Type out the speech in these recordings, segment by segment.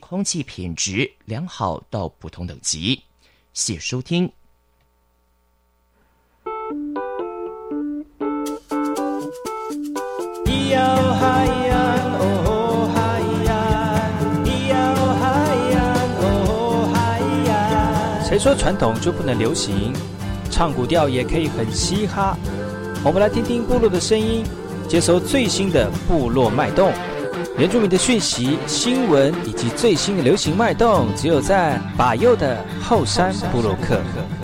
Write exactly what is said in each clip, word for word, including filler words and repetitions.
空气品质良好到普通等级。谢谢收听。 谁说传统就不能流行？唱古调也可以很嘻哈。我们来听听部落的声音，接收最新的部落脉动、原住民的讯息、新闻以及最新的流行脉动，只有在把右的后山部落客。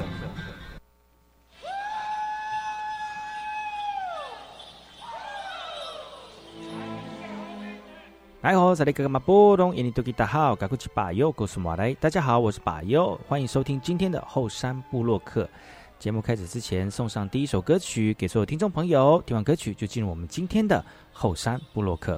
哎吼，这里哥哥马波东，印尼多吉大好，赶快去把右告诉马来。大家好，我是把右，欢迎收听今天的后山部落客。节目开始之前，送上第一首歌曲给所有听众朋友。听完歌曲就进入我们今天的后山部落客。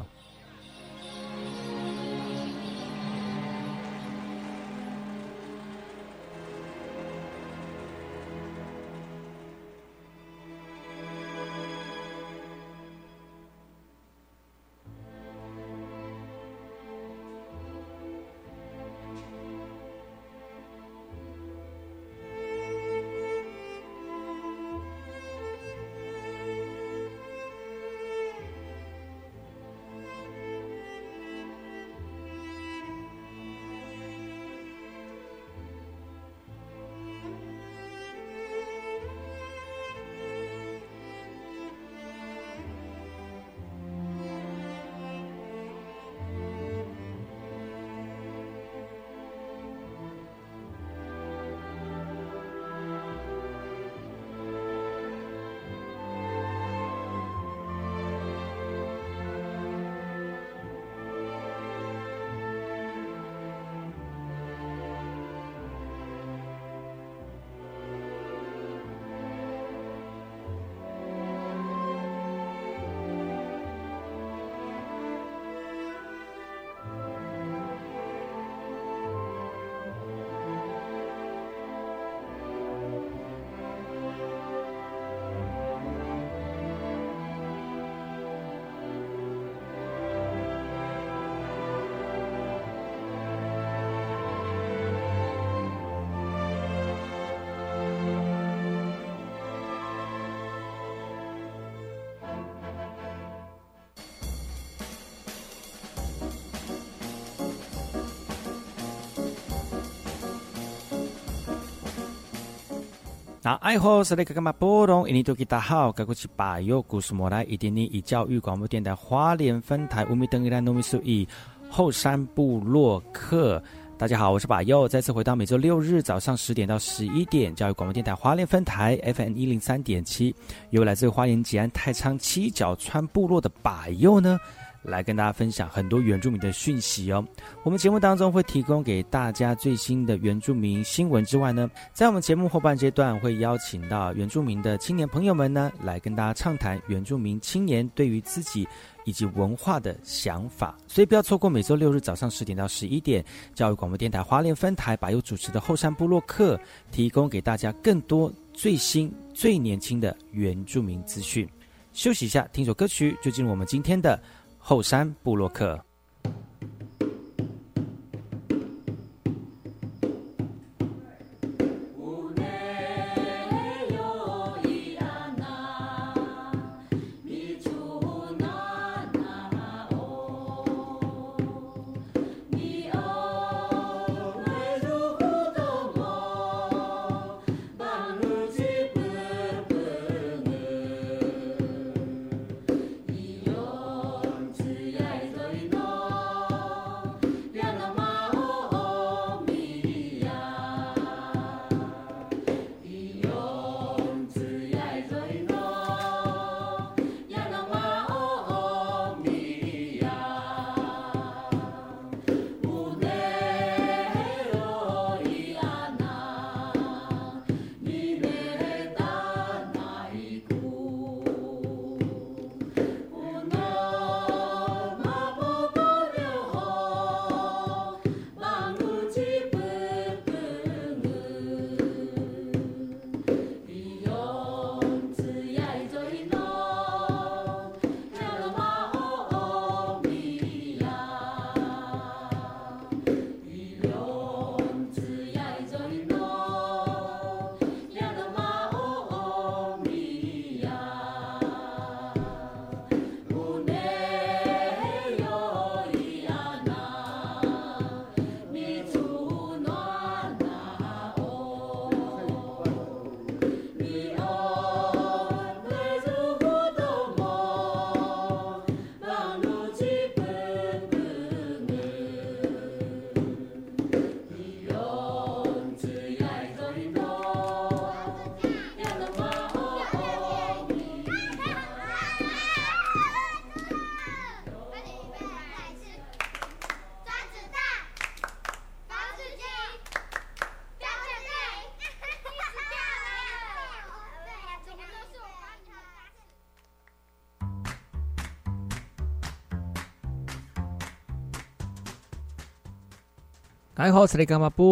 那爱好是那个干嘛波动？印尼多吉大好，该过去把右故事莫来一点点以教育广播电台花莲分台乌米登伊兰糯米苏以后山部落客。大家好，我是把右，再次回到每周六日早上十点到十一点，教育广播电台花莲分台 F M 一零三点七，由来自花莲吉安太仓七角川部落的把右呢，来跟大家分享很多原住民的讯息哦。我们节目当中会提供给大家最新的原住民新闻之外呢，在我们节目后半阶段会邀请到原住民的青年朋友们呢，来跟大家畅谈原住民青年对于自己以及文化的想法。所以不要错过每周六日早上十点到十一点，教育广播电台花莲分台把佑主持的后山部落客，提供给大家更多最新最年轻的原住民资讯。休息一下，听首歌曲，就进入我们今天的后山部落客。 Yo, 大家好，我是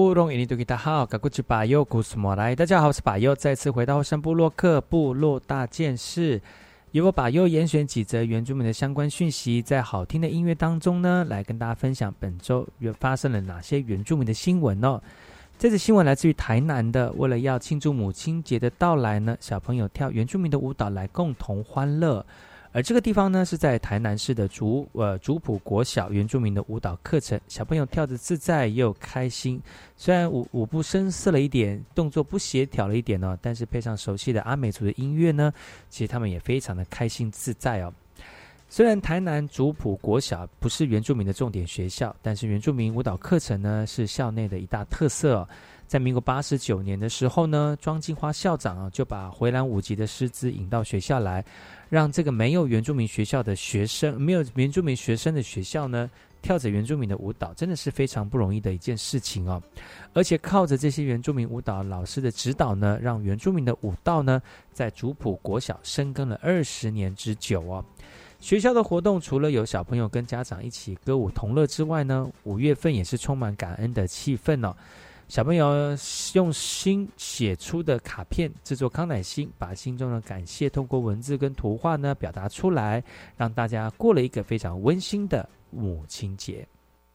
把佑，再次回到后山部落客部落大件事，由我把佑严选几则原住民的相关讯息，在好听的音乐当中呢，来跟大家分享本周发生了哪些原住民的新闻哦。这则新闻来自于台南的，为了要庆祝母亲节的到来呢，小朋友跳原住民的舞蹈来共同欢乐。而这个地方呢，是在台南市的竹呃竹埔国小原住民的舞蹈课程，小朋友跳得自在又开心。虽然舞舞步生涩了一点，动作不协调了一点哦，但是配上熟悉的阿美族的音乐呢，其实他们也非常的开心自在哦。虽然台南竹埔国小不是原住民的重点学校，但是原住民舞蹈课程呢是校内的一大特色哦。在民国八十九年的时候呢，庄金花校长啊就把回蓝舞集的师资引到学校来，让这个没有原住民学校的学生，没有原住民学生的学校呢，跳着原住民的舞蹈，真的是非常不容易的一件事情哦。而且靠着这些原住民舞蹈老师的指导呢，让原住民的舞蹈呢，在竹埔国小深耕了二十年之久哦。学校的活动除了有小朋友跟家长一起歌舞同乐之外呢，五月份也是充满感恩的气氛哦。小朋友用心写出的卡片制作康乃馨，把心中的感谢通过文字跟图画呢表达出来，让大家过了一个非常温馨的母亲节。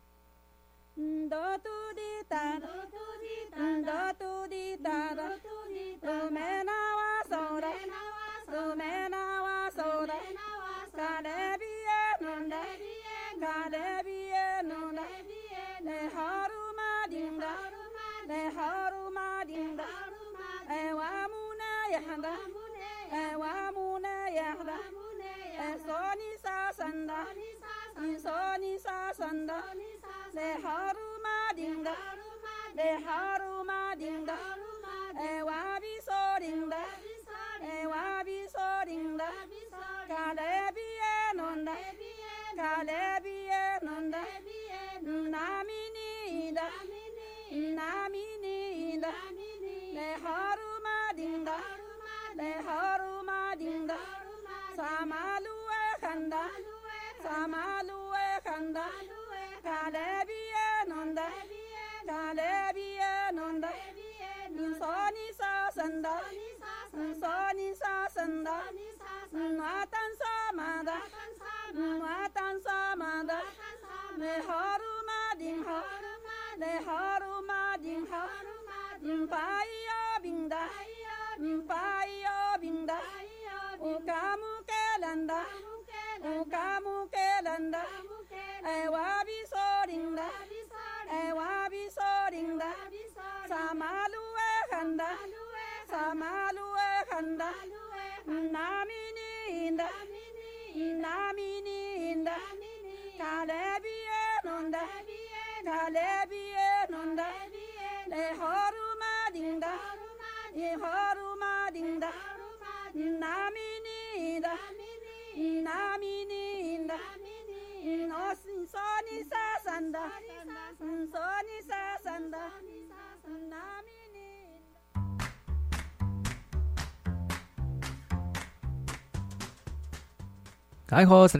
Le haruma dinda, e wamuna yahda, e wamuna yahda, e soni sa sanda, e soni sa sanda, le haruma dinda, le haruma dinda, e wabi so dinda, e wabi so dinda, kalebi enonda, kalebi enonda, namini da. Namini da, le haruma dinda, le haruma dinda, samalu e khanda, samalu e khanda, kalebi enonda, kalebi enonda, soni sa sanda, soni sa sanda, nuatan samada, nuatan samada, le haruma dinda. Le haruma dinha, mpaio binda, mpaio binda, ukamu kelanda, ukamu kelanda, e wabi sorinda, e wabi sorinda, samalu e khanda, samalu e khanda, namini inda, namini inda, kalebi enonda. Kalebi enonda, le haruma dinda, le haruma dinda, namini da, namini da, no soni sa sanda, soni sa sanda, namini. 大家好，我是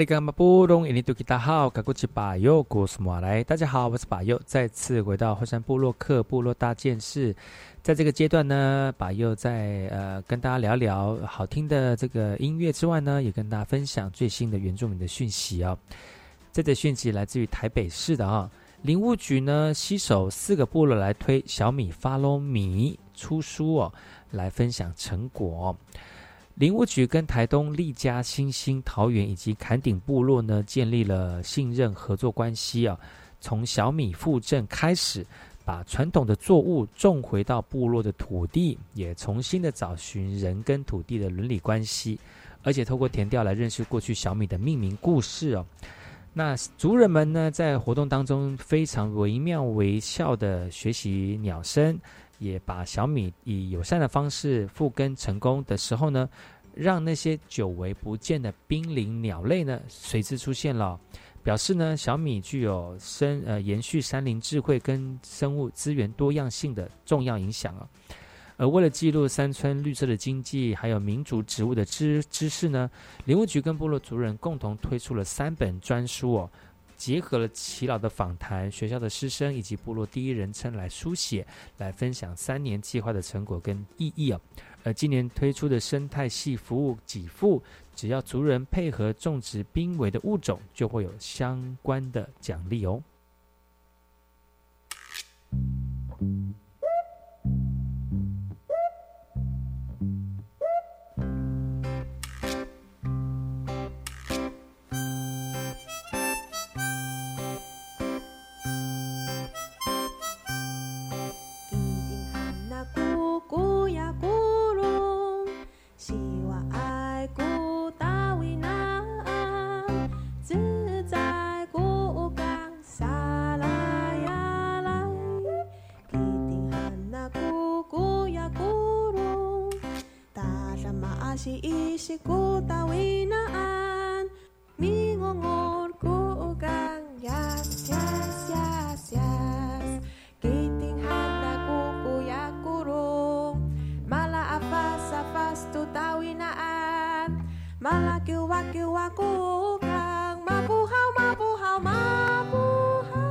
把佑，古斯马来。大家好，我是把佑，再次回到后山部落客部落大件事。在这个阶段呢，把佑在呃跟大家聊聊好听的这个音乐之外呢，也跟大家分享最新的原住民的讯息哦。这则讯息来自于台北市的啊、哦，林务局呢携手四个部落来推小米 Follow Me 出书哦，来分享成果、哦。林务局跟台东利嘉、新兴、桃园以及坎顶部落呢，建立了信任合作关系啊。从小米复振开始，把传统的作物种回到部落的土地，也重新的找寻人跟土地的伦理关系，而且透过田调来认识过去小米的命名故事哦。那族人们呢，在活动当中非常惟妙惟肖的学习鸟声。也把小米以友善的方式复耕成功的时候呢，让那些久违不见的濒临鸟类呢随之出现了，表示呢小米具有生呃延续山林智慧跟生物资源多样性的重要影响啊。而为了记录山村绿色的经济，还有民族植物的知知识呢，林务局跟部落族人共同推出了三本专书哦。 结合了耆老的访谈、学校的师生以及部落第一人称来书写，来分享三年计划的成果跟意义哦。而今年推出的生态系服务给付，只要族人配合种植濒危的物种，就会有相关的奖励哦。 Isi ku tawinaan mingongor ku kang yas yas yas yas kiting handa ku kuya kurung mala afas afas tu tawinaan mala kiwa kiwa ku kang mabuhaw mabuhaw mabuhaw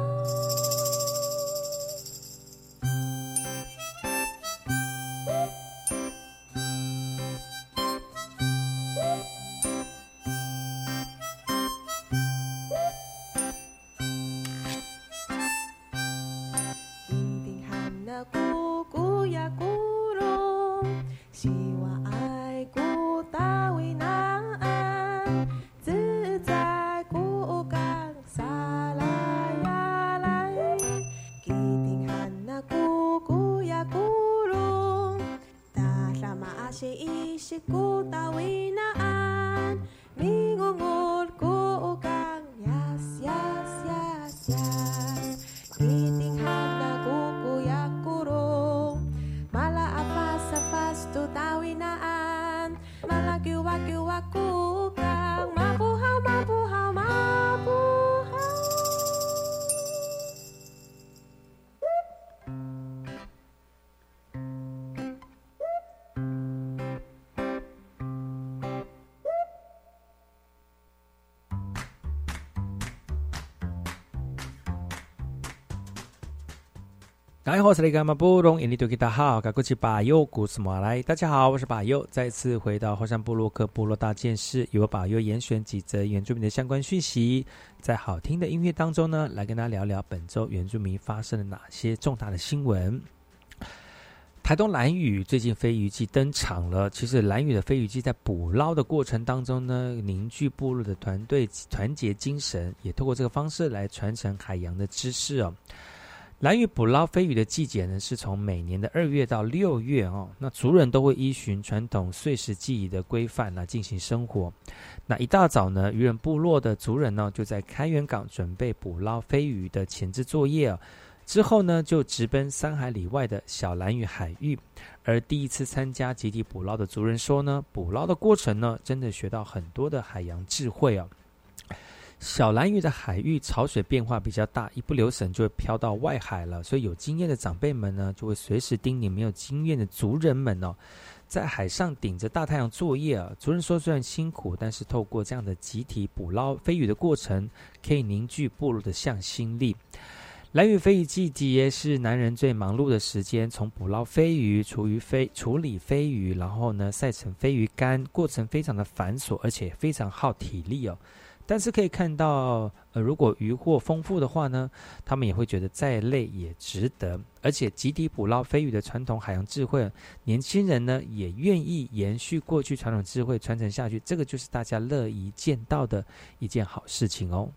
isi ku tawinaan mingungol ku kang yas yas yas yas kiting handa ku kuya kurung mala apas apas tu tawinaan mala kiwa kiwa ku kang mabuhaw mabuhaw mabuhaw 大家好，我是把佑，再次回到后山部落客部落大件事，由把佑严选几则原住民的相关讯息，在好听的音乐当中呢，来跟大家聊聊本周原住民发生了哪些重大的新闻。台东兰屿最近飞鱼季登场了，其实兰屿的飞鱼季在捕捞的过程当中呢，凝聚部落的团队团结精神，也透过这个方式来传承海洋的知识哦。兰屿捕捞飞鱼的季节呢，是从每年的二月到六月哦。那族人都会依循传统岁时祭仪的规范来进行生活。那一大早呢，渔人部落的族人呢，就在开元港准备捕捞飞鱼的前置作业哦。之后呢，就直奔三海里外的小兰屿海域。而第一次参加集体捕捞的族人说呢，捕捞的过程呢，真的学到很多的海洋智慧哦。小兰屿的海域潮水变化比较大，一不留神就会飘到外海了，所以有经验的长辈们呢，就会随时叮咛没有经验的族人们哦，在海上顶着大太阳作业啊。族人说虽然辛苦，但是透过这样的集体捕捞飞鱼的过程，可以凝聚部落的向心力。兰屿飞鱼季节是男人最忙碌的时间，从捕捞飞鱼、处理飞、处理飞鱼，然后呢晒成飞鱼干，过程非常的繁琐，而且非常耗体力哦。但是可以看到，呃，如果渔获丰富的话呢，他们也会觉得再累也值得。而且集体捕捞飞鱼的传统海洋智慧，年轻人呢也愿意延续过去传统智慧传承下去，这个就是大家乐意见到的一件好事情哦。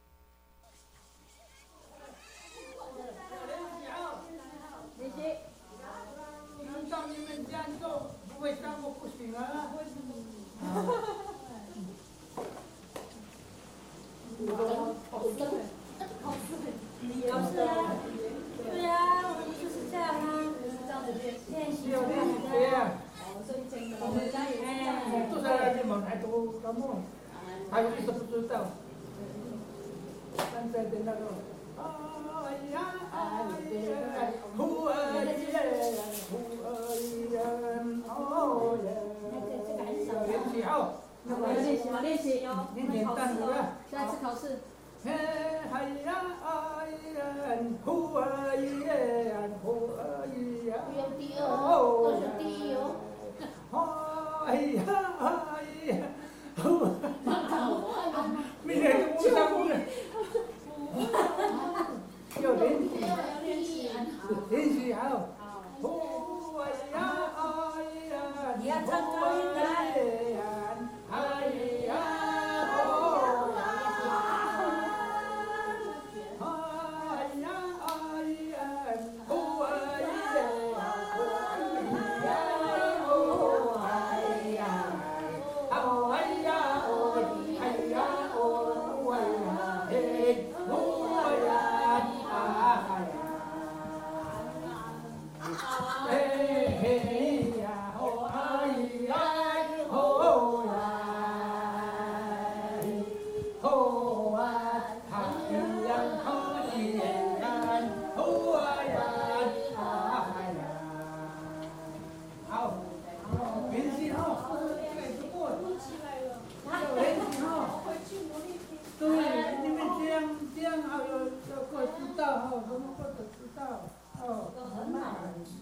对呀，我们就是这样啊，这样子练练习出来的。我们家也是这样。坐下来肩膀抬头，然后还有意思不知道。 连续好。呼哎呀哎呀， 你要唱高音的。 哎呀哦呀，哎呀哎呀，呼哎呀，哎呀哦哎呀，哦哎呀哦哎呀哦哎呀嘿，呼哎呀哎呀。嘿嘿呀，哦哎呀，哦呀，哦啊，太阳好起来，哦啊呀，哎呀，好，练习好，这个过，要练习好。对，你们这样这样好有有个知道哈，我们或者知道哦，很慢。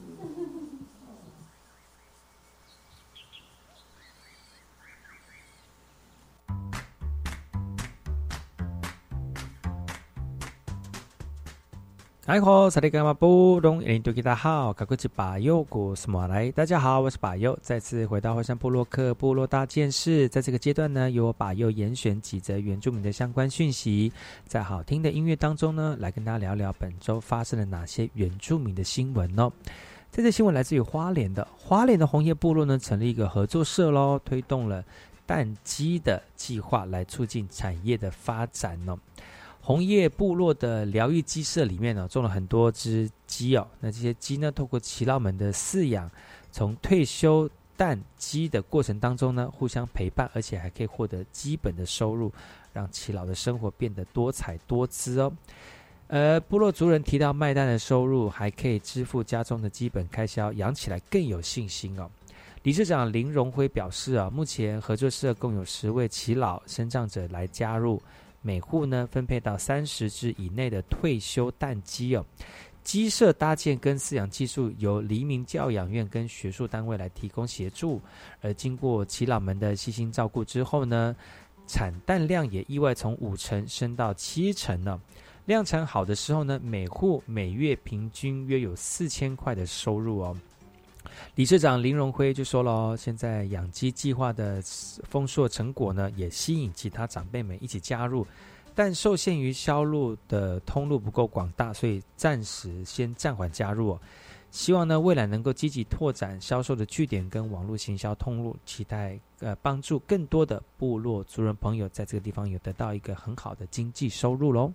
哎吼，萨利干嘛不懂？印度吉他好，卡古吉巴佑古斯马来。大家好，我是巴佑，再次回到火山部落克部落大件事。在这个阶段呢，由我巴佑严选几则原住民的相关讯息，在好听的音乐当中呢，来跟大家聊聊本周发生了哪些原住民的新闻哦。这则新闻来自于花莲的，花莲的红叶部落呢，成立一个合作社喽，推动了蛋鸡的计划，来促进产业的发展哦。红叶部落的疗愈鸡舍里面呢、哦，种了很多只鸡哦。那这些鸡呢，透过耆老们的饲养，从退休蛋鸡的过程当中呢，互相陪伴，而且还可以获得基本的收入，让耆老的生活变得多彩多姿哦。而部落族人提到卖蛋的收入还可以支付家中的基本开销，养起来更有信心哦。理事长林荣辉表示啊，目前合作社共有十位耆老身障者来加入。每户呢分配到三十只以内的退休蛋鸡哦，鸡舍搭建跟饲养技术由黎明教养院跟学术单位来提供协助，而经过耆老们的悉心照顾之后呢，产蛋量也意外从五成升到七成呢。量产好的时候呢，每户每月平均约有四千块的收入哦。理事长林荣辉就说了，现在养鸡计划的丰硕成果呢，也吸引其他长辈们一起加入，但受限于销路的通路不够广大，所以暂时先暂缓加入哦。希望呢未来能够积极拓展销售的据点跟网络行销通路，期待呃帮助更多的部落族人朋友在这个地方有得到一个很好的经济收入咯。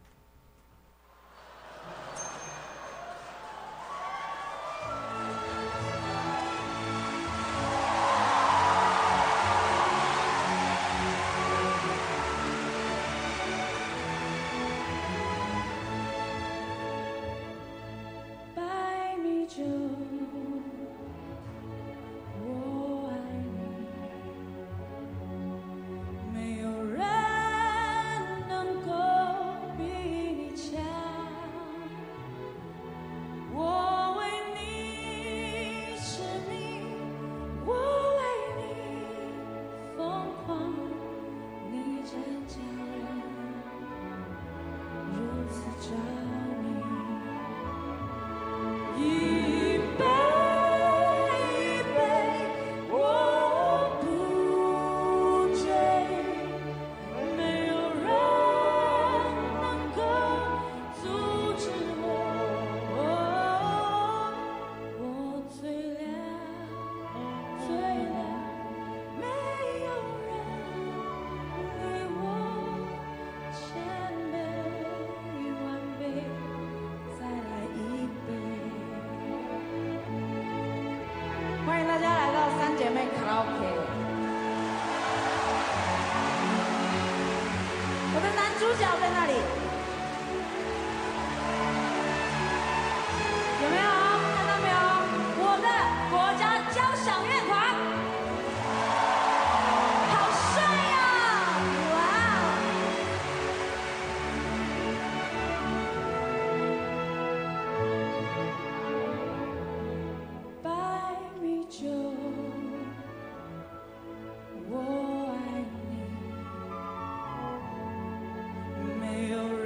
我爱你，没有人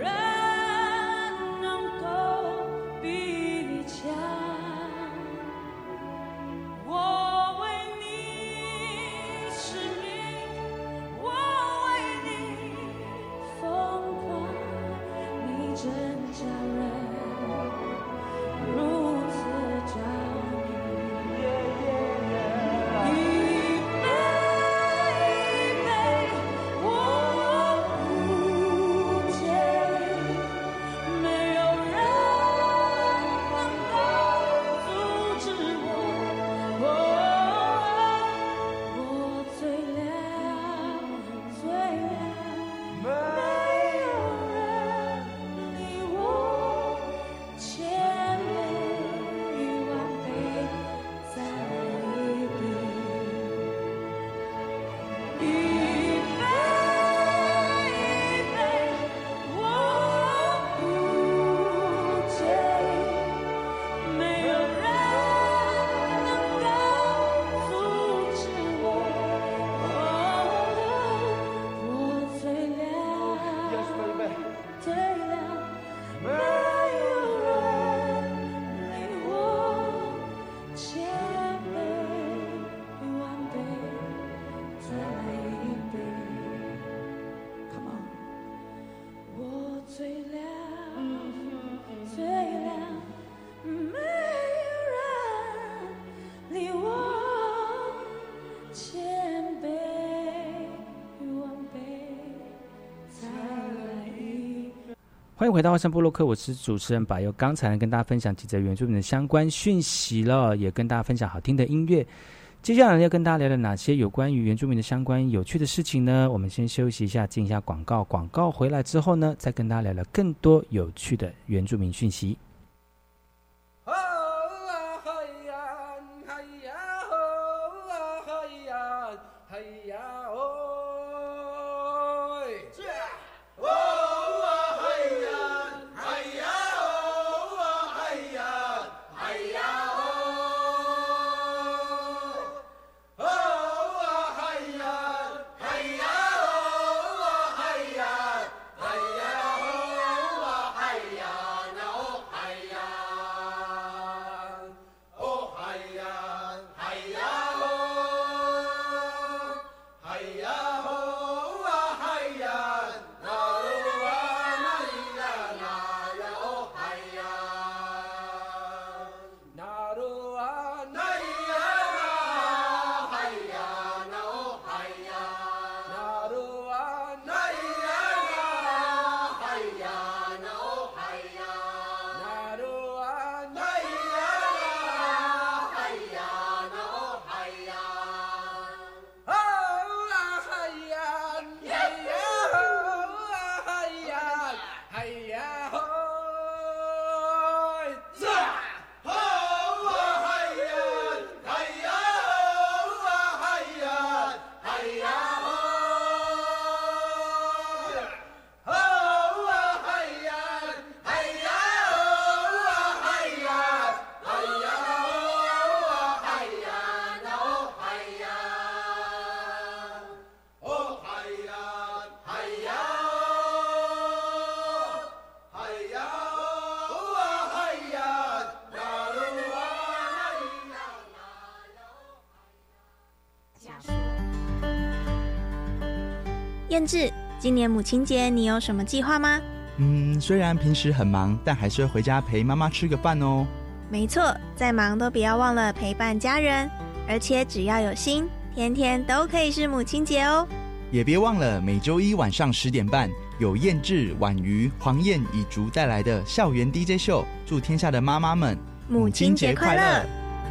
欢迎回到花山部落客，我是主持人百佑。刚才跟大家分享几则原住民的相关讯息了，也跟大家分享好听的音乐。接下来要跟大家聊聊哪些有关于原住民的相关有趣的事情呢？我们先休息一下，进一下广告。广告回来之后呢，再跟大家聊聊更多有趣的原住民讯息。 燕志，今年母亲节你有什么计划吗？ 嗯，虽然平时很忙，但还是会回家陪妈妈吃个饭哦。 没错，再忙都不要忘了陪伴家人，而且只要有心，天天都可以是母亲节哦。 也别忘了每周一晚上十点半有燕志、婉瑜、黄燕、以竹带来的校园 D J 秀，祝天下的妈妈们母亲节快乐！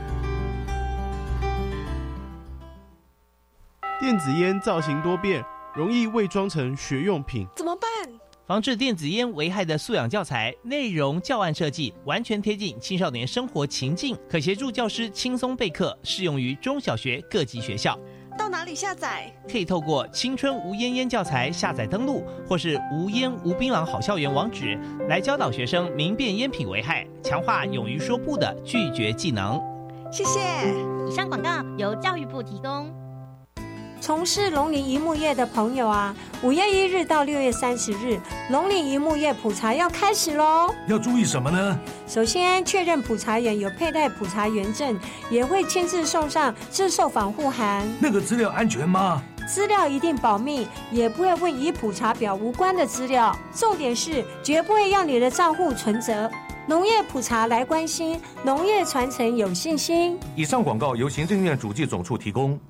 电子烟造型多变，容易伪装成学用品， 怎么办？ 防治电子烟危害的素养教材内容教案设计完全贴近青少年生活情境，可协助教师轻松备课，适用于中小学各级学校。 到哪里下载？ 可以透过青春无烟烟教材下载登录，或是无烟无槟榔好校园网址，来教导学生明辨烟品危害，强化勇于说不的拒绝技能。 谢谢。 以上广告由教育部提供。 从事农林渔牧业的朋友啊，五月一日到六月三十日，农林渔牧业普查要开始喽。 要注意什么呢？ 首先确认普查员有佩戴普查员证，也会亲自送上自售防护函。 那个资料安全吗？ 资料一定保密，也不会问与普查表无关的资料。重点是绝不会让你的账户存折。农业普查来关心，农业传承有信心。 以上广告由行政院主计总处提供。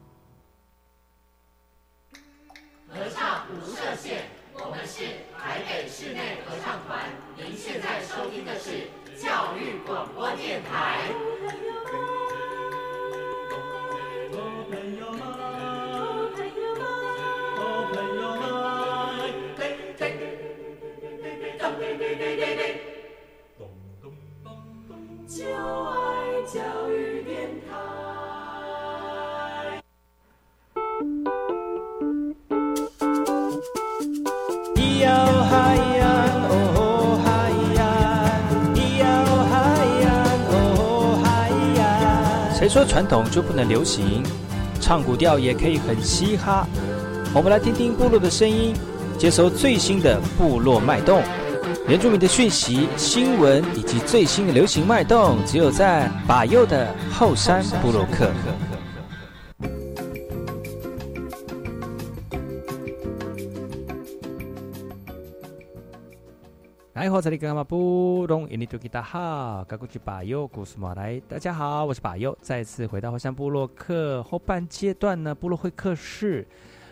合唱无设限，我们是台北室内合唱团。您现在收听的是教育广播电台。就爱教育电台。 咿呀嗨呀哦嗨呀，咿呀嗨呀哦嗨呀。谁说传统就不能流行？唱古调也可以很嘻哈。我们来听听部落的声音，接收最新的部落脉动。原住民的讯息、新闻以及最新的流行脉动，只有在把右的后山部落客。来，好，这里干嘛不懂？印尼多吉大好，嘎古吉把右古斯马来，大家好，我是把右，再次回到后山部落客后半阶段呢，部落会客室。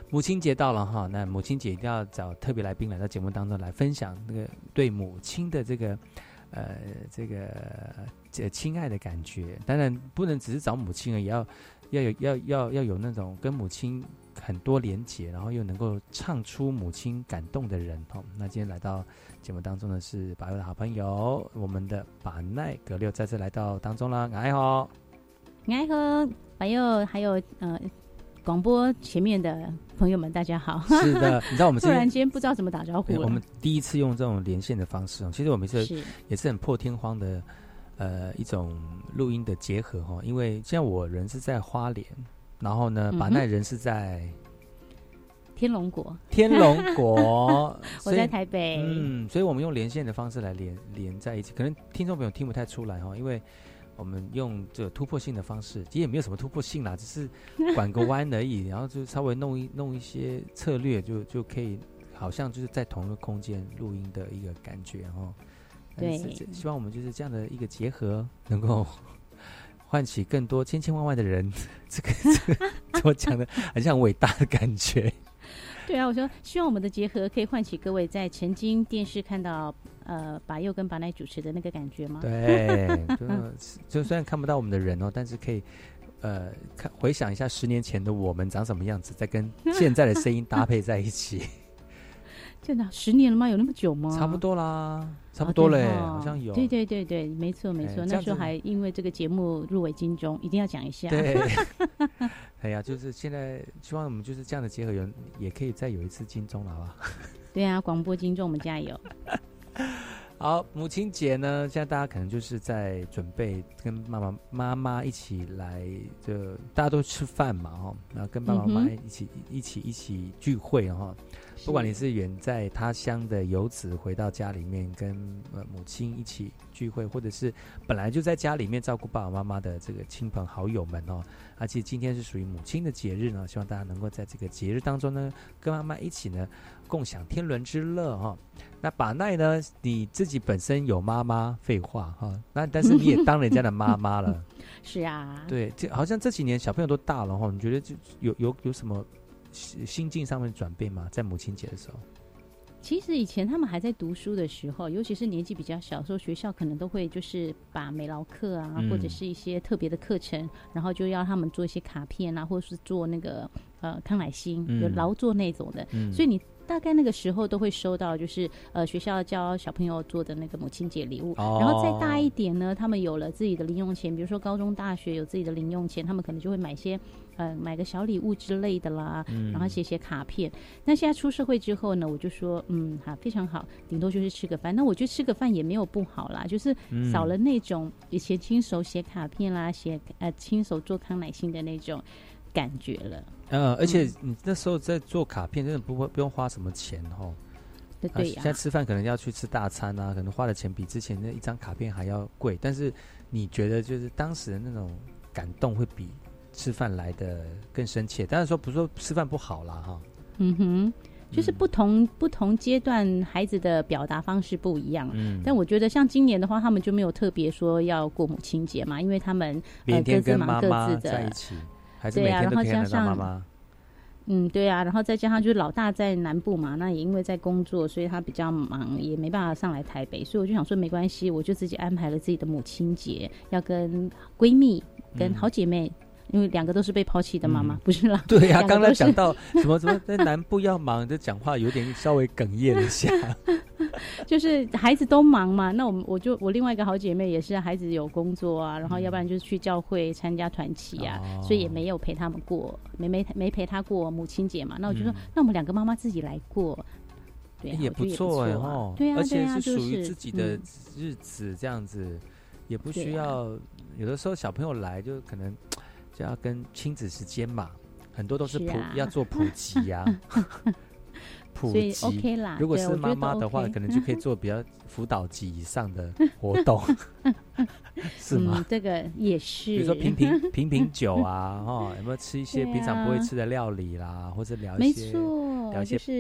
母亲节到了哈，那母亲节一定要找特别来宾来到节目当中来分享那个对母亲的这个呃这个这亲爱的感觉。当然不能只是找母亲，也要要有要要要有那种跟母亲很多连结，然后又能够唱出母亲感动的人哈。那今天来到节目当中的是把佑的好朋友，我们的把奈格六再次来到当中了，哎好， 哎好，把佑还有呃。广播前面的朋友们，大家好。 是的，你知道我们突然间不知道怎么打招呼了。 我们第一次用这种连线的方式，其实我们是也是很破天荒的，呃，一种录音的结合哈。因为现在我人是在花莲，然后呢，把奈人是在天龙国。 天龙国， 我在台北。 嗯，所以我们用连线的方式来连连在一起，可能听众朋友听不太出来哈，因为我们用这个突破性的方式，其实也没有什么突破性啦，只是拐个弯而已，然后就稍微弄一弄一些策略，就就可以好像就是在同一个空间录音的一个感觉哈。 对， 希望我们就是这样的一个结合，能够唤起更多千千万万的人。这个这个怎么讲呢？很像很伟大的感觉。 对啊，我说希望我们的结合可以唤起各位在曾经电视看到呃把佑跟把奈主持的那个感觉吗？ 对，就, 就虽然看不到我们的人哦，但是可以呃看回想一下十年前的我们长什么样子，再跟现在的声音搭配在一起。 真的十年了吗？有那么久吗？ 差不多啦，差不多嘞、哦，好像有。 对对对对，没错没错。那时候还因为这个节目入围金钟，一定要讲一下。 对，哎呀，就是现在希望我们就是这样的结合，有也可以再有一次金钟了，好不好？ 对啊，广播金钟我们加油。 好，母亲节呢，现在大家可能就是在准备跟妈妈妈妈一起来，就大家都吃饭嘛，哈，然后跟爸爸妈妈一起、嗯、一起一起聚会哈。不管你是远在他乡的游子回到家里面跟呃母亲一起聚会，或者是本来就在家里面照顾爸爸妈妈的这个亲朋好友们哦，而且今天是属于母亲的节日呢，希望大家能够在这个节日当中呢，跟妈妈一起呢共享天伦之乐哈、哦。那把奈呢，你自己本身有妈妈，废话哈、哦，那但是你也当人家的妈妈了， 是啊， 对，这好像这几年小朋友都大了哈、哦，你觉得就有有有什么心境上面转变吗？在母亲节的时候？ 其实以前他们还在读书的时候，尤其是年纪比较小的时候，学校可能都会就是把美劳课啊、嗯，或者是一些特别的课程，然后就要他们做一些卡片啊，或者是做那个呃康乃馨，嗯、有劳作那种的、嗯，所以你大概那个时候都会收到，就是呃学校教小朋友做的那个母亲节礼物、哦。然后再大一点呢，他们有了自己的零用钱，比如说高中、大学有自己的零用钱，他们可能就会买些呃买个小礼物之类的啦，嗯、然后写写卡片。那现在出社会之后呢，我就说嗯好非常好，顶多就是吃个饭。那我觉得吃个饭也没有不好啦，就是少了那种以前亲手写卡片啦，写呃亲手做康乃馨的那种感觉了。 呃，而且你那时候在做卡片，真的不不用花什么钱哈。 对对呀、啊。 现在吃饭可能要去吃大餐啊，可能花的钱比之前那一张卡片还要贵。但是你觉得就是当时的那种感动会比吃饭来的更深切。当然说不是说吃饭不好啦哈。 嗯哼，就是不同、嗯、不同阶段孩子的表达方式不一样。嗯。但我觉得像今年的话，他们就没有特别说要过母亲节嘛，因为他们呃各自忙各自的。 在一起。还是每天都可以看到妈妈。 嗯，对啊，然后再加上就是老大在南部嘛，那也因为在工作，所以他比较忙，也没办法上来台北，所以我就想说没关系，我就自己安排了自己的母亲节，要跟闺蜜、跟好姐妹。嗯，因为两个都是被抛弃的妈妈、嗯，不是啦。 对呀、啊，刚才讲到什么什么在南部要忙，这讲话有点稍微哽咽了一下。 就是孩子都忙嘛，那我们我就我另外一个好姐妹也是孩子有工作啊，然后要不然就是去教会参加团契啊、嗯，所以也没有陪他们过，没没没陪他过母亲节嘛。那我就说，嗯、那我们两个妈妈自己来过。对、啊， 也不错哎哦， 对啊， 而且是属于自己的日子，这样子、嗯、也不需要、啊。有的时候小朋友来就可能。就要跟亲子时间嘛，很多都是普是、啊、要做普及啊，普及。 所以 OK 啦。 如果是妈妈的话、OK ，可能就可以做比较辅导级以上的活动，是吗、 嗯？这个也是。 比如说品品品品酒啊，哦，有没有吃一些平常不会吃的料理啦，啊、或者聊一些， 没错， 聊一些就是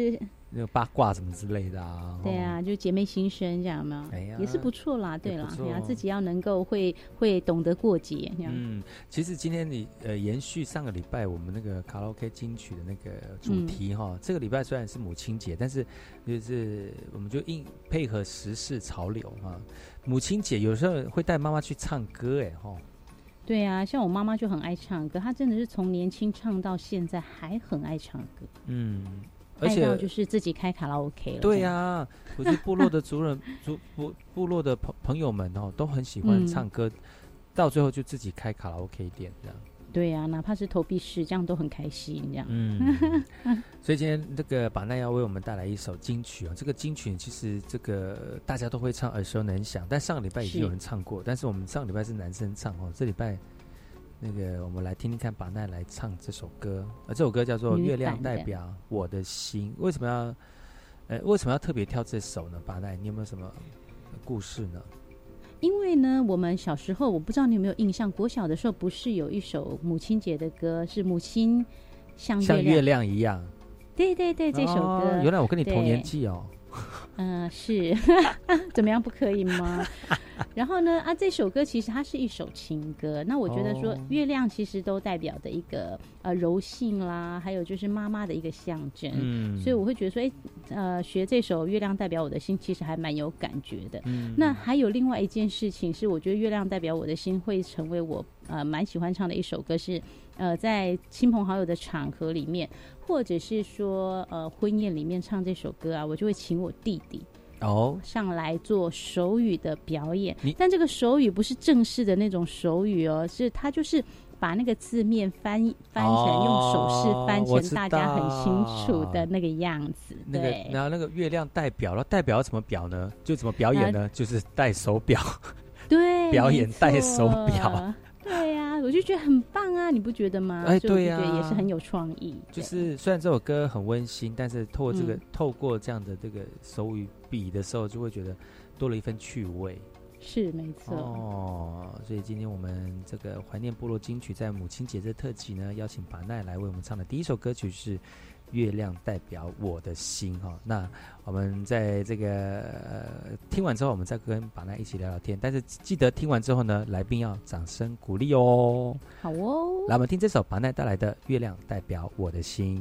那个八卦什么之类的啊。 对啊，就姐妹心声这样，有没有？ 哎呀， 也是不错啦。对啦， 哎呀，自己要能够会会懂得过节这样。 嗯，其实今天你呃延续上个礼拜我们那个卡拉 OK 金曲的那个主题哈、嗯，这个礼拜虽然是母亲节，但是就是我们就应配合时事潮流哈。母亲节有时候会带妈妈去唱歌哎哈。 对啊，像我妈妈就很爱唱歌，她真的是从年轻唱到现在还很爱唱歌。 嗯，而且爱到就是自己开卡拉 OK 了。 对啊，我觉得部落的族人、族部部落的朋朋友们哦，都很喜欢唱歌、嗯，到最后就自己开卡拉 OK 店这样。 对啊，哪怕是投币式，这样都很开心这样。 嗯，所以今天这个把奈要为我们带来一首金曲啊，这个金曲其实这个大家都会唱，耳熟能详。但上个礼拜已经有人唱过，但是我们上个礼拜是男生唱哦，这礼拜那个我们来听听看把奈来唱这首歌，而这首歌叫做《月亮代表我的心》。为什么要呃为什么要特别挑这首呢？把奈，你有没有什么故事呢？ 因为呢，我们小时候，我不知道你有没有印象，国小的时候不是有一首母亲节的歌，是母亲像月亮， 像月亮一样。 对对对，这首歌。 哦、原来我跟你同年纪哦。 嗯、呃，是，怎么样不可以吗？然后呢，啊，这首歌其实它是一首情歌。那我觉得说，月亮其实都代表的一个呃柔性啦，还有就是妈妈的一个象征。嗯，所以我会觉得说，哎，呃，学这首《月亮代表我的心》其实还蛮有感觉的。嗯，那还有另外一件事情是，我觉得《月亮代表我的心》会成为我呃蛮喜欢唱的一首歌是。呃，在亲朋好友的场合里面，或者是说呃婚宴里面唱这首歌啊，我就会请我弟弟哦上来做手语的表演。但这个手语不是正式的那种手语哦，是他就是把那个字面翻翻成、哦、用手势翻成大家很清楚的那个样子。 那个然后那个月亮代表，然后代表怎么表呢？就怎么表演呢？啊、就是戴手表， 对， 表演戴手表。 对呀、啊，我就觉得很棒啊，你不觉得吗？ 哎，对呀、啊， 也是很有创意。 就是虽然这首歌很温馨，但是透过这个、嗯、透过这样的这个手语比的时候，就会觉得多了一份趣味。 是没错哦，所以今天我们这个怀念部落金曲在母亲节这特辑呢，邀请把奈来为我们唱的第一首歌曲是《月亮代表我的心》哈、哦。那我们在这个、呃、听完之后，我们再跟把奈一起聊聊天。但是记得听完之后呢，来宾要掌声鼓励哦。 好哦， 来我们听这首把奈带来的《月亮代表我的心》。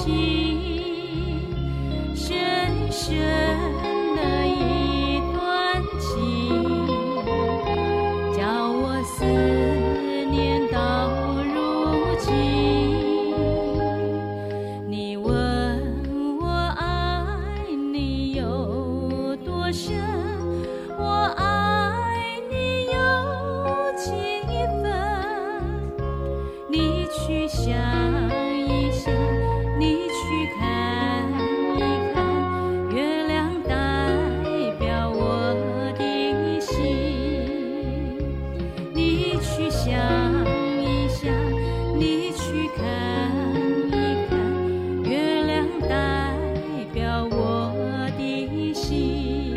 心，深深的一段情，叫我思念到如今。你问我爱你有多深，我爱你有几分，你去想一想，你去看一看，月亮代表我的心。你去想一想，你去看一看，月亮代表我的心。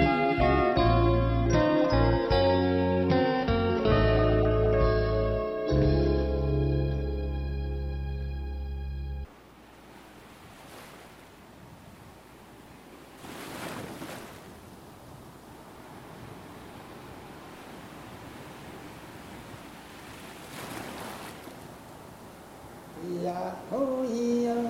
呀哦咿呀，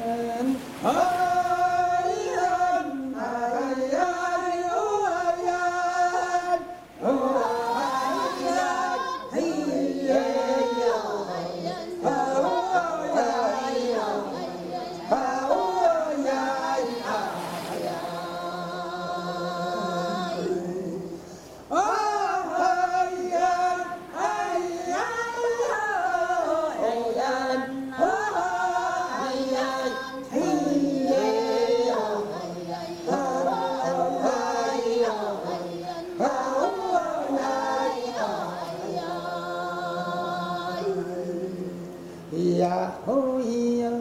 哎呀，哎呀哟哎呀，哦哎呀，嘿呀哟哎呀，哦哎呀，哦呀哎呀，哦哎呀哎呀哦呀。呀哦咿呀，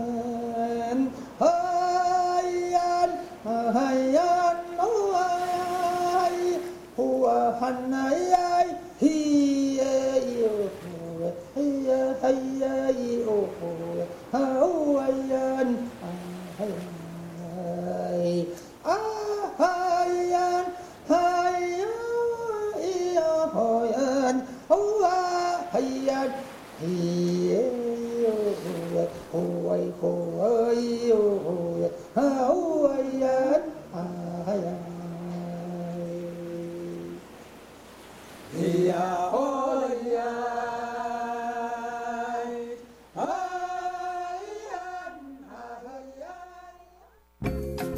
哎呀，哎呀，哦哎，哦啊哎呀，嘿呀哟，嘿呀嘿呀哟，哦哎呀，哎呀，啊哎呀，哎呀，咿呀哦呀，哦啊哎呀，嘿呀。哦哎哦哎哟，哦哎呀哎呀，哎呀哦呀，哎呀哎呀。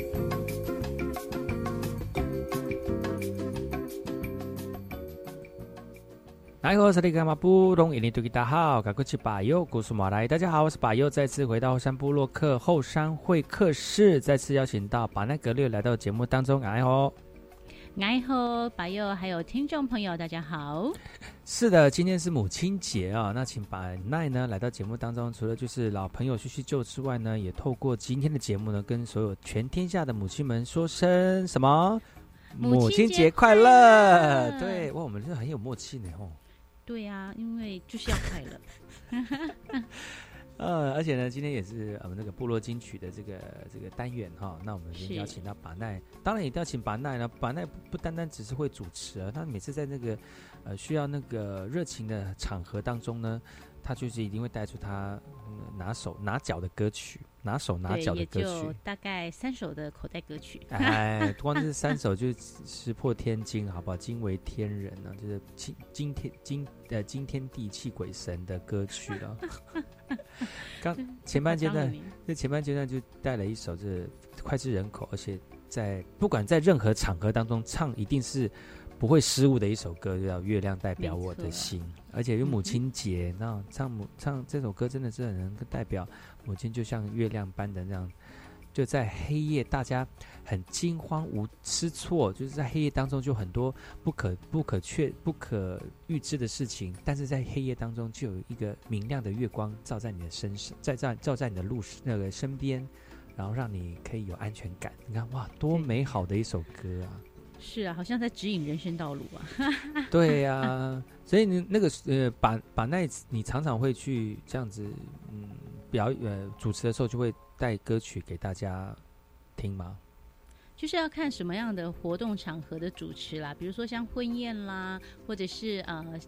来好，这里干嘛不懂？印尼多吉大好，赶快去把右古苏马来。大家好，我是把右，再次回到后山部落客后山会客室，再次邀请到把奈格略来到节目当中，哎吼， 哎吼，把右还有听众朋友，大家好。 是的，今天是母亲节啊，那请把奈呢来到节目当中，除了就是老朋友叙叙旧之外呢，也透过今天的节目呢，跟所有全天下的母亲们说声什么？母亲节快乐！对，哇，我们这很有默契呢，吼。 对啊，因为就是要快乐。 呃，而且呢，今天也是我们那个部落金曲的这个这个单元哈，那我们邀请到把奈，当然也邀请把奈呢，把奈不不单单只是会主持啊，他每次在那个呃需要那个热情的场合当中呢，他就是一定会带出他、嗯、拿手拿脚的歌曲，拿手拿脚的歌曲， 也就大概三首的口袋歌曲。 哎，光是三首就石破天惊，好不好？惊为天人啊，就是惊惊天惊呃惊天地泣鬼神的歌曲了。刚前半阶段，这前半阶段就带了一首这脍炙人口，而且在不管在任何场合当中唱，一定是不会失误的一首歌，叫《月亮代表我的心》，而且有母亲节，那、嗯、唱母唱这首歌真的是很能代表母亲，就像月亮般的那样。就在黑夜，大家很惊慌无失措，就是在黑夜当中就很多不可不可确不可预知的事情，但是在黑夜当中就有一个明亮的月光照在你的身上，在照照在你的路那个身边，然后让你可以有安全感。你看哇，多美好的一首歌啊！ 是啊，好像在指引人生道路啊。 对呀、啊，所以你那个呃，把把那你常常会去这样子，嗯，表呃主持的时候就会带歌曲给大家听吗？ 就是要看什么样的活动场合的主持啦，比如说像婚宴啦，或者是呃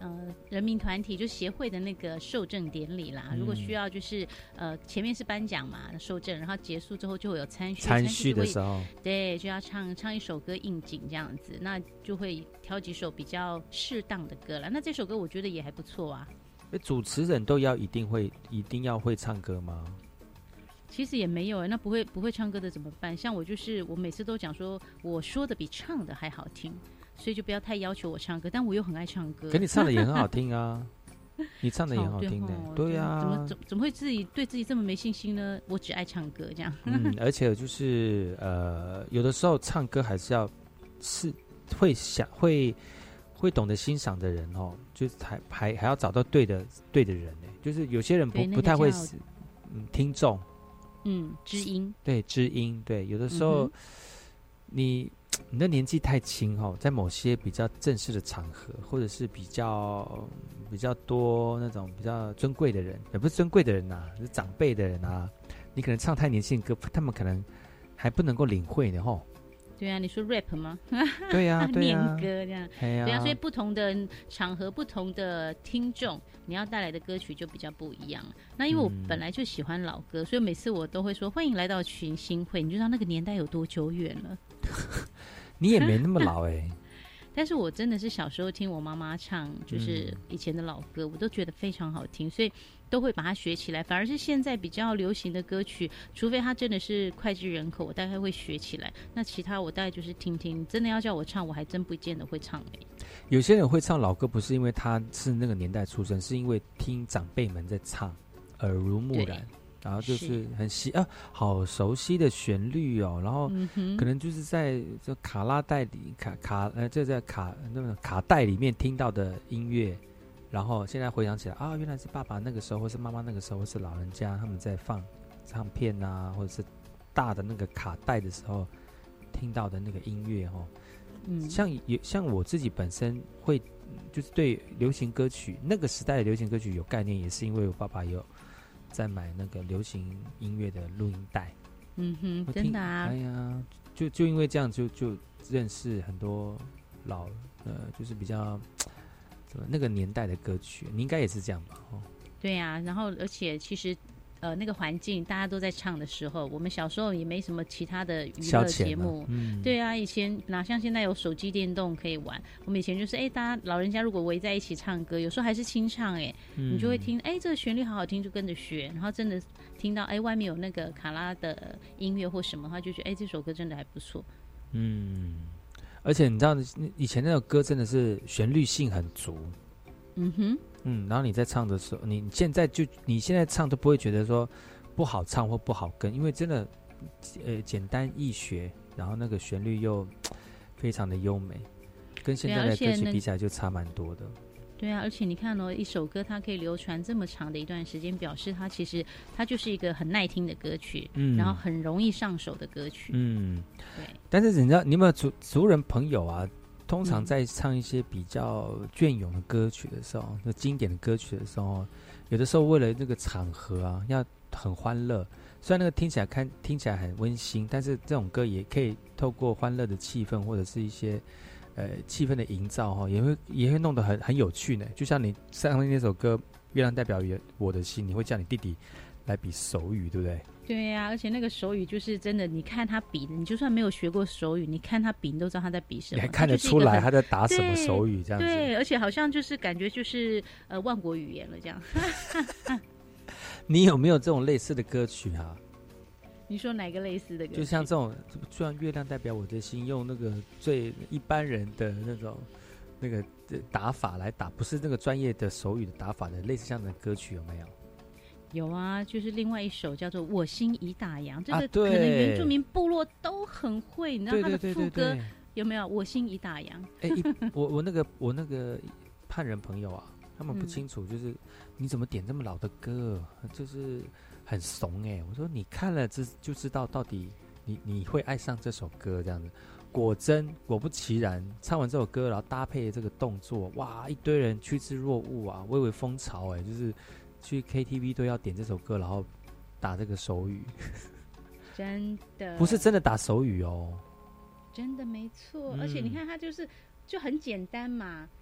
呃人民团体就协会的那个受证典礼啦。嗯、如果需要就是呃前面是颁奖嘛受证，然后结束之后就会有参叙， 参叙的时候， 对，就要唱唱一首歌应景这样子，那就会挑几首比较适当的歌啦。那这首歌我觉得也还不错啊。 主持人都要一定会一定要会唱歌吗？ 其实也没有哎、欸，那不会不会唱歌的怎么办？像我就是我每次都讲说，我说的比唱的还好听，所以就不要太要求我唱歌，但我又很爱唱歌。 可你唱的也很好听啊，你唱的也很好听的， 哦、 对啊。 怎么怎怎么会自己对自己这么没信心呢？我只爱唱歌这样。 嗯，而且就是呃，有的时候唱歌还是要是会想会会懂得欣赏的人哦，就是还还还要找到对的对的人呢。就是有些人不、那个、不太会嗯听众。 嗯，知音对知音对，有的时候、嗯、你你的年纪太轻哦，在某些比较正式的场合，或者是比较比较多那种比较尊贵的人，也不是尊贵的人呐、啊，是长辈的人啊，你可能唱太年轻的歌，他们可能还不能够领会呢吼。 对啊，你说 rap 吗？ 对呀、啊，对呀、 啊，念歌这样。 对啊， 对啊，所以不同的场合、不同的听众，你要带来的歌曲就比较不一样。那因为我本来就喜欢老歌，嗯、所以每次我都会说欢迎来到群星会，你就知道那个年代有多久远了。 你也没那么老哎、欸。 但是我真的是小时候听我妈妈唱，就是以前的老歌，嗯、我都觉得非常好听，所以都会把它学起来。反而是现在比较流行的歌曲，除非它真的是脍炙人口，我大概会学起来。那其他我大概就是听听，真的要叫我唱，我还真不见得会唱哎、欸。 有些人会唱老歌，不是因为他是那个年代出生，是因为听长辈们在唱，耳濡目染。然后就是很习啊，好熟悉的旋律哦，然后可能就是在这卡拉带里卡卡呃，这在卡那个卡带里面听到的音乐，然后现在回想起来啊，原来是爸爸那个时候，或是妈妈那个时候，或是老人家他们在放唱片啊，或者是大的那个卡带的时候听到的那个音乐哦。嗯，像有像我自己本身会就是对流行歌曲那个时代的流行歌曲有概念，也是因为我爸爸有在买那个流行音乐的录音带。 嗯哼，真的啊！ 哎呀，就就因为这样就就认识很多老呃，就是比较怎么那个年代的歌曲，你应该也是这样吧？哦， 对呀、啊，然后而且其实呃那个环境大家都在唱的时候，我们小时候也没什么其他的娱乐节目，嗯、对啊，以前哪像现在有手机电动可以玩，我们以前就是哎，大家老人家如果围在一起唱歌，有时候还是清唱哎，嗯、你就会听哎这个旋律好好听，就跟着学，然后真的听到哎外面有那个卡拉的音乐或什么，他就觉得哎这首歌真的还不错， 嗯，而且你知道以前那首歌真的是旋律性很足， 嗯哼。 嗯，然后你在唱的时候，你现在就你现在唱都不会觉得说不好唱或不好跟，因为真的呃简单易学，然后那个旋律又非常的优美，跟现在的歌曲比起来就差蛮多的。 对啊，而且你看哦，一首歌它可以流传这么长的一段时间，表示它其实它就是一个很耐听的歌曲，嗯，然后很容易上手的歌曲， 嗯， 对。 但是你知道，你有没有族族人朋友啊？通常在唱一些比较隽永的歌曲的时候，就经典的歌曲的时候，有的时候为了这个场合啊，要很欢乐。虽然那个听起来看听起来很温馨，但是这种歌也可以透过欢乐的气氛或者是一些呃气氛的营造哈，也会也会弄得很很有趣呢。就像你上面那首歌《月亮代表我的心》，你会叫你弟弟来比手语，对不对？ 对呀、啊，而且那个手语就是真的，你看他比的，你就算没有学过手语，你看他比，你都知道他在比什么， 你还看得出来他在打什么手语，这样子。 对，而且好像就是感觉就是呃万国语言了这样。 你有没有这种类似的歌曲啊？ 你说哪个类似的歌曲？ 就像这种，就像月亮代表我的心，用那个最一般人的那种那个打法来打，不是那个专业的手语的打法的，类似这样的歌曲有没有？ 有啊，就是另外一首叫做《我心已打烊》，这个可能原住民部落都很会，你知道他的副歌有没有？我心已打烊。 哎、欸，我我那个我那个汉人朋友啊，他们不清楚，就是、嗯、你怎么点这么老的歌，就是很怂哎、欸。我说你看了这就知道到底你你会爱上这首歌这样子。果真果不其然，唱完这首歌，然后搭配这个动作，哇，一堆人趋之若鹜啊，蔚为风潮哎、欸，就是。去 K T V 都要点这首歌，然后打这个手语， 真的不是真的打手语哦， 真的没错、嗯。而且你看，它就是就很简单嘛，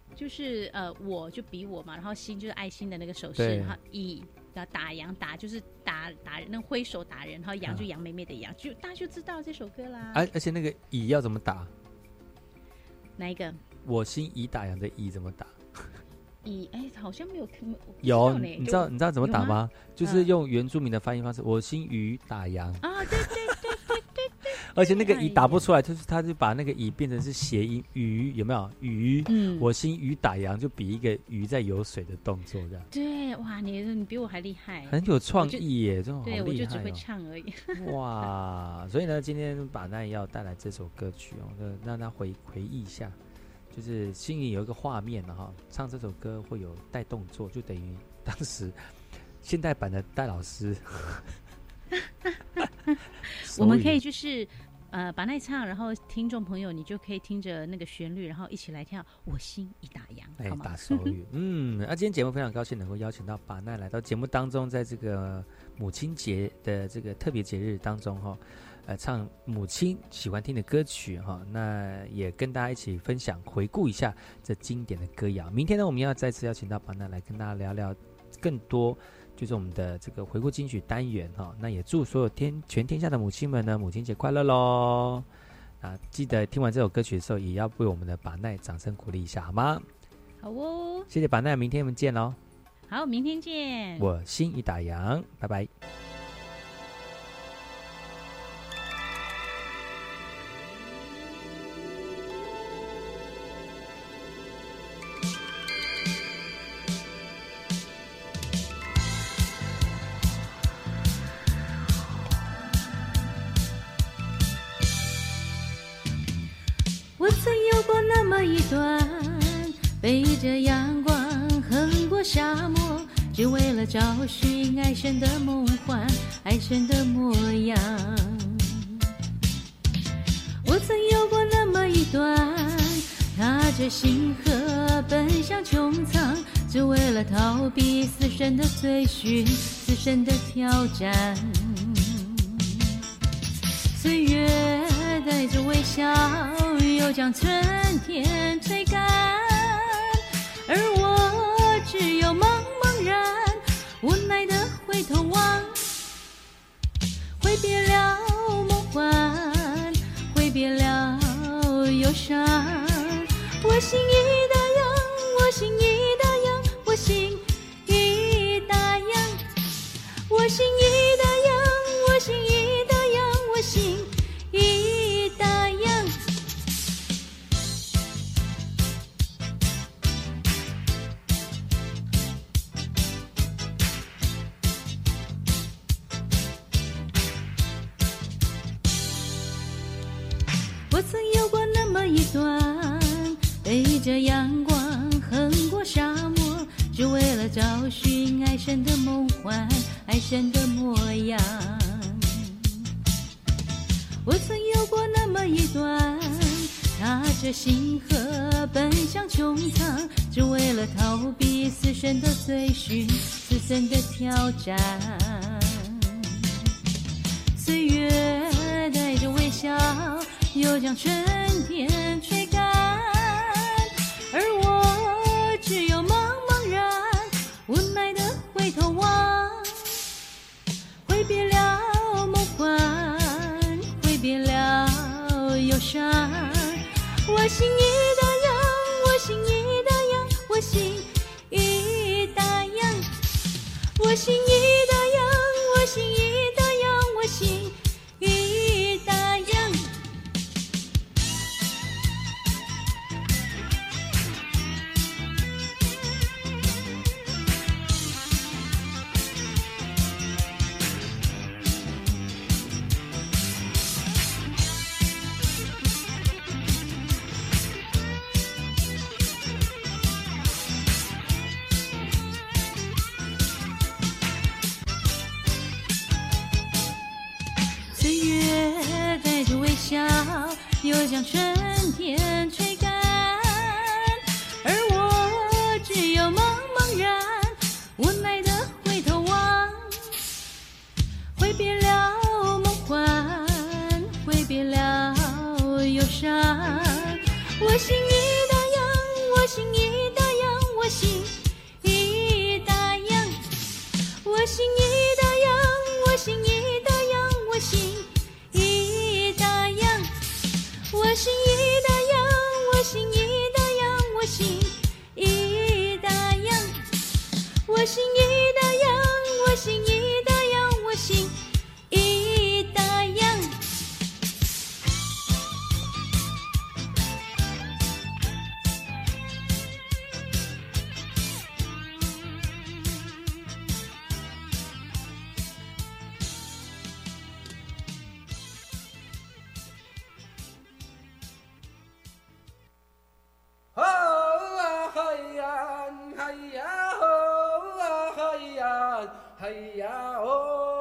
就是呃，我就比我嘛，然后心就是爱心的那个手势，然后以然后打羊打就是打打人，那挥手打人，然后羊就杨妹妹的羊，就大家就知道这首歌啦。 而而且那个以要怎么打？ 哪一个？ 我心以打羊的以怎么打？ 以哎，好像没有有，你知道你知道怎么打吗？ 吗就是用原住民的发音方式，我心与打羊啊，对对对对对对。 而且那个以打不出来，就是他就把那个以变成是谐音鱼，有没有鱼？嗯，我心鱼打羊就比一个鱼在游水的动作这样。 对，哇，你你比我还厉害， 很有创意耶，这种好厉害、哦。 对，我就只会唱而已。 哇，所以呢，今天把奈要带来这首歌曲哦，让他回回忆一下，就是心里有一个画面了哈。唱这首歌会有带动作，就等于当时现代版的戴老师。 我们可以就是呃把那唱，然后听众朋友你就可以听着那个旋律，然后一起来跳我心已打烊， 哎， 好吗？ 打手语。嗯，那、啊、今天节目非常高兴能够邀请到把奈来到节目当中，在这个母亲节的这个特别节日当中哈，呃，唱母亲喜欢听的歌曲哈，那也跟大家一起分享回顾一下这经典的歌谣。明天呢，我们要再次邀请到把奈来跟大家聊聊更多。就是我们的这个回顾金曲单元哈，那也祝所有天全天下的母亲们呢，母亲节快乐喽！啊，记得听完这首歌曲的时候，也要为我们的把奈掌声鼓励一下，好吗？ 好哦， 谢谢把奈，明天我们见喽！ 好，明天见。 我心已打烊，拜拜。 我曾有过那么一段背着阳光横过沙漠，只为了找寻爱神的梦幻，爱神的模样。我曾有过那么一段踏着星河奔向穹苍，只为了逃避死神的追寻，死神的挑战。岁月带着微笑，又将春天吹干，而我只有茫茫然无奈的回头望，挥别了梦幻，挥别了忧伤。我心已打烊，我心已打烊，我心已打烊，我心已打烊，我心已打烊，我心已打烊。我曾有过那么一段背着阳光横过沙漠，只为了找寻爱神的梦幻，爱神的模样。我曾有过那么一段踏着星河奔向穹苍，只为了逃避死神的追寻，死神的挑战。岁月带着微笑，又将春天吹干，而我只有茫茫然无奈的回头望，挥别了梦幻，挥别了忧伤。我心已打烊，我心已打烊，我心已打烊，我心已打烊，我心已打烊，我心已打烊。岁月带着微笑，又将春天吹干，而我只有茫茫然无奈的回头望，挥别了梦幻，挥别了忧伤。我心已打烊，我心已心一大洋，我心一大洋，我心一大洋，我心一大洋，我心一大洋，我心一大洋，我心一大洋，我心一大洋，我心一大洋。 哦啊嘿呀，嘿呀哦啊嘿呀，嘿呀哦。